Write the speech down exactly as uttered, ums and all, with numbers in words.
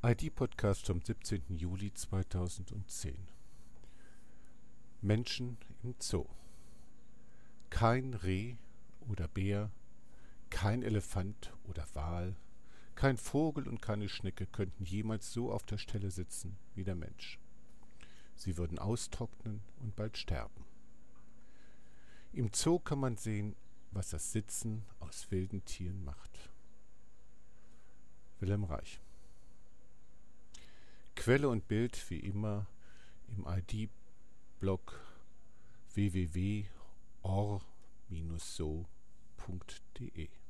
I D-Podcast vom siebzehnten Juli zweitausendzehn. Menschen im Zoo. Kein Reh oder Bär, kein Elefant oder Wal, kein Vogel und keine Schnecke könnten jemals so auf der Stelle sitzen wie der Mensch. Sie würden austrocknen und bald sterben. Im Zoo kann man sehen, was das Sitzen aus wilden Tieren macht. Wilhelm Reich. Quelle und Bild wie immer im I D-Blog w w w punkt or Bindestrich so punkt de.